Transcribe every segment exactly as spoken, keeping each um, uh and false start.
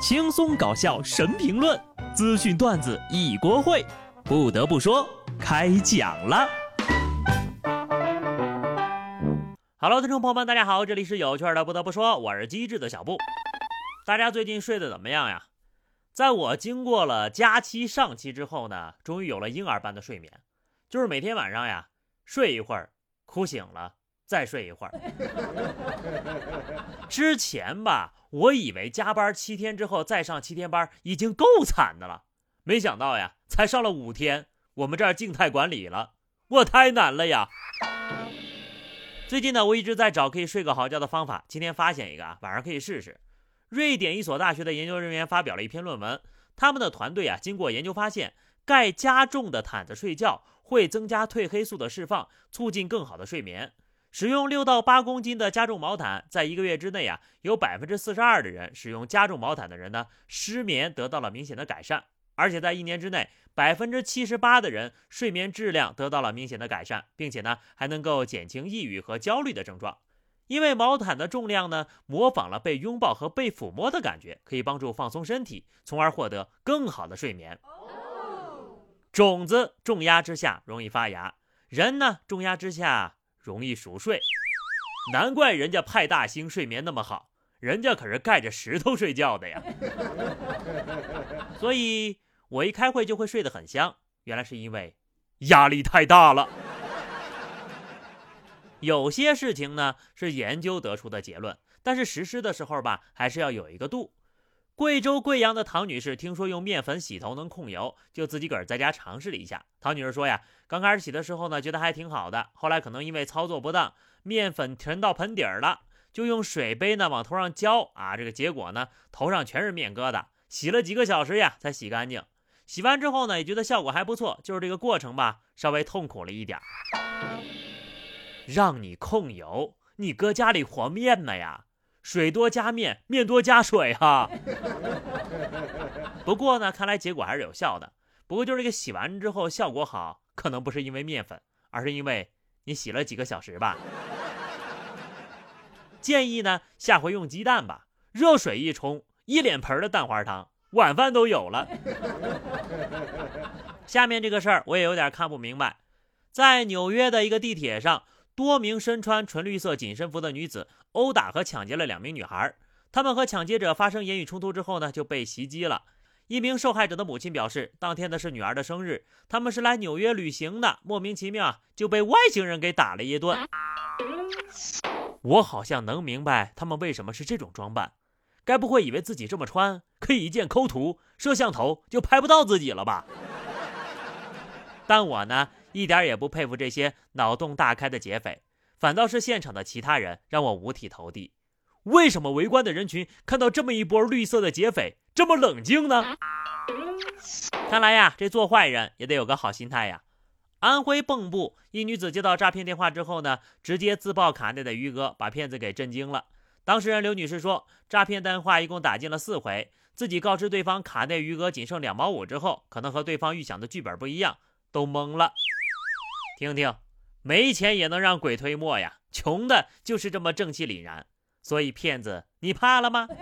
轻松搞笑神评论，资讯段子一锅烩。不得不说，开讲了。Hello， 听众朋友们，大家好，这里是有趣的。不得不说，我是机智的小布。大家最近睡得怎么样呀？在我经过了假期上期之后呢，终于有了婴儿般的睡眠，就是每天晚上呀，睡一会儿，哭醒了，再睡一会儿。之前吧，我以为加班七天之后再上七天班已经够惨的了，没想到呀，才上了五天，我们这儿静态管理了，我太难了呀。最近呢，我一直在找可以睡个好觉的方法，今天发现一个啊，晚上可以试试。瑞典一所大学的研究人员发表了一篇论文，他们的团队啊，经过研究发现，盖加重的毯子睡觉会增加褪黑素的释放，促进更好的睡眠。使用六到八公斤的加重毛毯，在一个月之内啊，有 百分之四十二 的人使用加重毛毯的人呢，失眠得到了明显的改善，而且在一年之内 百分之七十八 的人睡眠质量得到了明显的改善，并且呢，还能够减轻抑郁和焦虑的症状。因为毛毯的重量呢，模仿了被拥抱和被抚摸的感觉，可以帮助放松身体，从而获得更好的睡眠。种子重压之下容易发芽，人呢重压之下容易熟睡，难怪人家派大星睡眠那么好，人家可是盖着石头睡觉的呀。所以我一开会就会睡得很香，原来是因为压力太大了。有些事情呢是研究得出的结论，但是实施的时候吧，还是要有一个度。贵州贵阳的唐女士听说用面粉洗头能控油，就自己个儿在家尝试了一下。唐女士说呀，刚开始洗的时候呢，觉得还挺好的，后来可能因为操作不当，面粉沉到盆底儿了，就用水杯呢往头上浇啊，这个结果呢，头上全是面疙瘩，洗了几个小时呀才洗干净。洗完之后呢，也觉得效果还不错，就是这个过程吧，稍微痛苦了一点。让你控油，你搁家里和面呢呀？水多加面，面多加水哈。不过呢，看来结果还是有效的。不过就是这个洗完之后效果好，可能不是因为面粉，而是因为你洗了几个小时吧。建议呢，下回用鸡蛋吧，热水一冲，一脸盆的蛋花汤，晚饭都有了。下面这个事儿我也有点看不明白，在纽约的一个地铁上，多名身穿纯绿色紧身服的女子殴打和抢劫了两名女孩，他们和抢劫者发生言语冲突之后呢，就被袭击了。一名受害者的母亲表示，当天的是女儿的生日，他们是来纽约旅行的，莫名其妙就被外星人给打了一顿。我好像能明白他们为什么是这种装扮，该不会以为自己这么穿可以一键抠图，摄像头就拍不到自己了吧？但我呢，一点也不佩服这些脑洞大开的劫匪，反倒是现场的其他人让我五体投地。为什么围观的人群看到这么一波绿色的劫匪这么冷静呢？看来呀，这做坏人也得有个好心态呀。安徽蚌埠一女子接到诈骗电话之后呢，直接自曝卡内的余额，把骗子给震惊了。当事人刘女士说，诈骗电话一共打进了四回，自己告知对方卡内余额仅剩两毛五之后，可能和对方预想的剧本不一样，都懵了。听听，没钱也能让鬼推磨呀，穷的就是这么正气凛然。所以骗子，你怕了吗？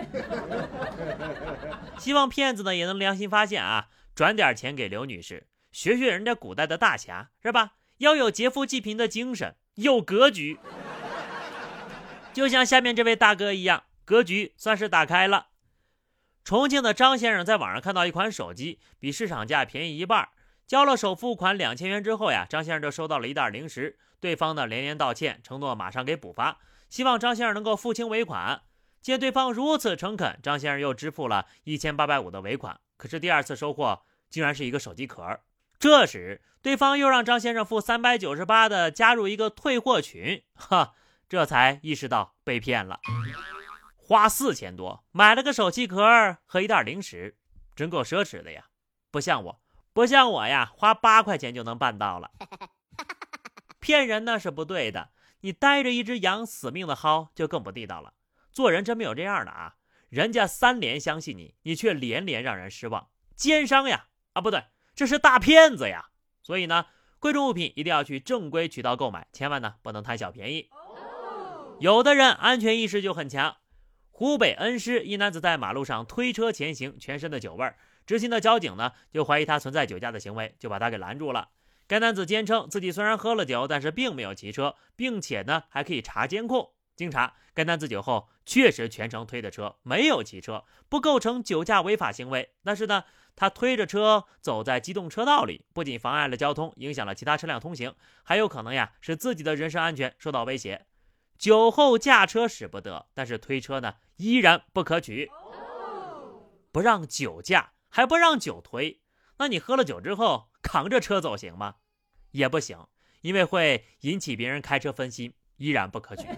希望骗子呢也能良心发现啊，转点钱给刘女士，学学人家古代的大侠是吧？要有劫富济贫的精神，有格局。就像下面这位大哥一样，格局算是打开了。重庆的张先生在网上看到一款手机比市场价便宜一半，交了首付款两千元之后呀，张先生就收到了一袋零食，对方呢连连道歉，承诺马上给补发，希望张先生能够付清尾款。见对方如此诚恳，张先生又支付了一千八百五十的尾款。可是第二次收货竟然是一个手机壳，这时对方又让张先生付三百九十八的加入一个退货群，哈，这才意识到被骗了。花四千多买了个手机壳和一袋零食，真够奢侈的呀！不像我，不像我呀，花八块钱就能办到了。骗人呢是不对的，你带着一只羊死命的薅就更不地道了。做人真没有这样的啊！人家三连相信你，你却连连让人失望，奸商呀！啊，不对，这是大骗子呀！所以呢，贵重物品一定要去正规渠道购买，千万呢不能贪小便宜。有的人安全意识就很强， 湖北恩施一男子在马路上推车前行，全身的酒味儿，执勤的交警呢就怀疑他存在酒驾的行为，就把他给拦住了。该男子坚称自己虽然喝了酒，但是并没有骑车，并且呢还可以查监控。经查，该男子酒后确实全程推的车，没有骑车，不构成酒驾违法行为。但是呢，他推着车走在机动车道里，不仅妨碍了交通，影响了其他车辆通行，还有可能呀使自己的人身安全受到威胁。酒后驾车使不得，但是推车呢依然不可取。不让酒驾，还不让酒推，那你喝了酒之后扛着车走行吗？也不行，因为会引起别人开车分心，依然不可取。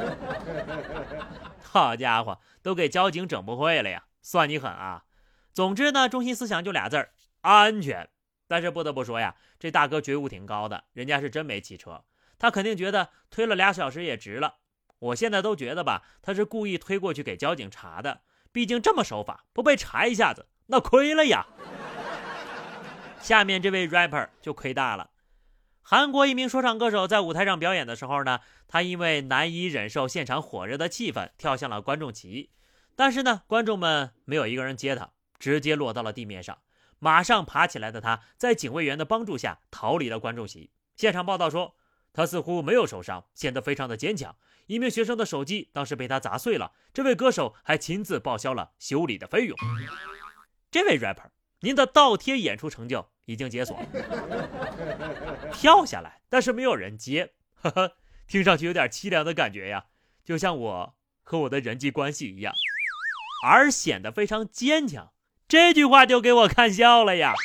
好家伙，都给交警整不会了呀，算你狠啊！总之呢，中心思想就俩字儿：安全。但是不得不说呀，这大哥觉悟挺高的，人家是真没骑车，他肯定觉得推了俩小时也值了。我现在都觉得吧，他是故意推过去给交警查的，毕竟这么守法，不被查一下子那亏了呀。下面这位 rapper 就亏大了。韩国一名说唱歌手在舞台上表演的时候呢，他因为难以忍受现场火热的气氛，跳向了观众席。但是呢，观众们没有一个人接他，直接落到了地面上。马上爬起来的他，在警卫员的帮助下逃离了观众席。现场报道说，他似乎没有受伤，显得非常的坚强。一名学生的手机当时被他砸碎了，这位歌手还亲自报销了修理的费用。这位 rapper， 您的倒贴演出成就已经解锁了。跳下来，但是没有人接，呵呵，听上去有点凄凉的感觉呀，就像我和我的人际关系一样。而显得非常坚强，这句话就给我看笑了呀。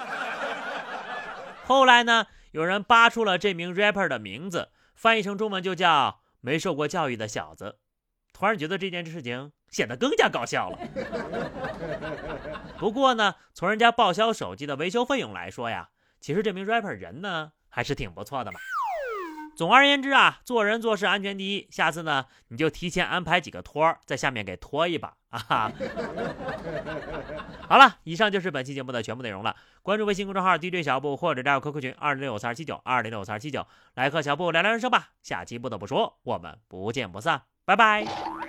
后来呢，有人扒出了这名 rapper 的名字，翻译成中文就叫没受过教育的小子。突然觉得这件事情显得更加搞笑了。不过呢，从人家报销手机的维修费用来说呀，其实这名 rapper 人呢还是挺不错的嘛。总而言之啊，做人做事安全第一。下次呢，你就提前安排几个托儿在下面给拖一把啊。好了，以上就是本期节目的全部内容了。关注微信公众号 D J 小布，或者加入 Q Q 群二零六三二七九二零六三二七九，来和小布聊聊人生吧。下期不得不说，我们不见不散，拜拜。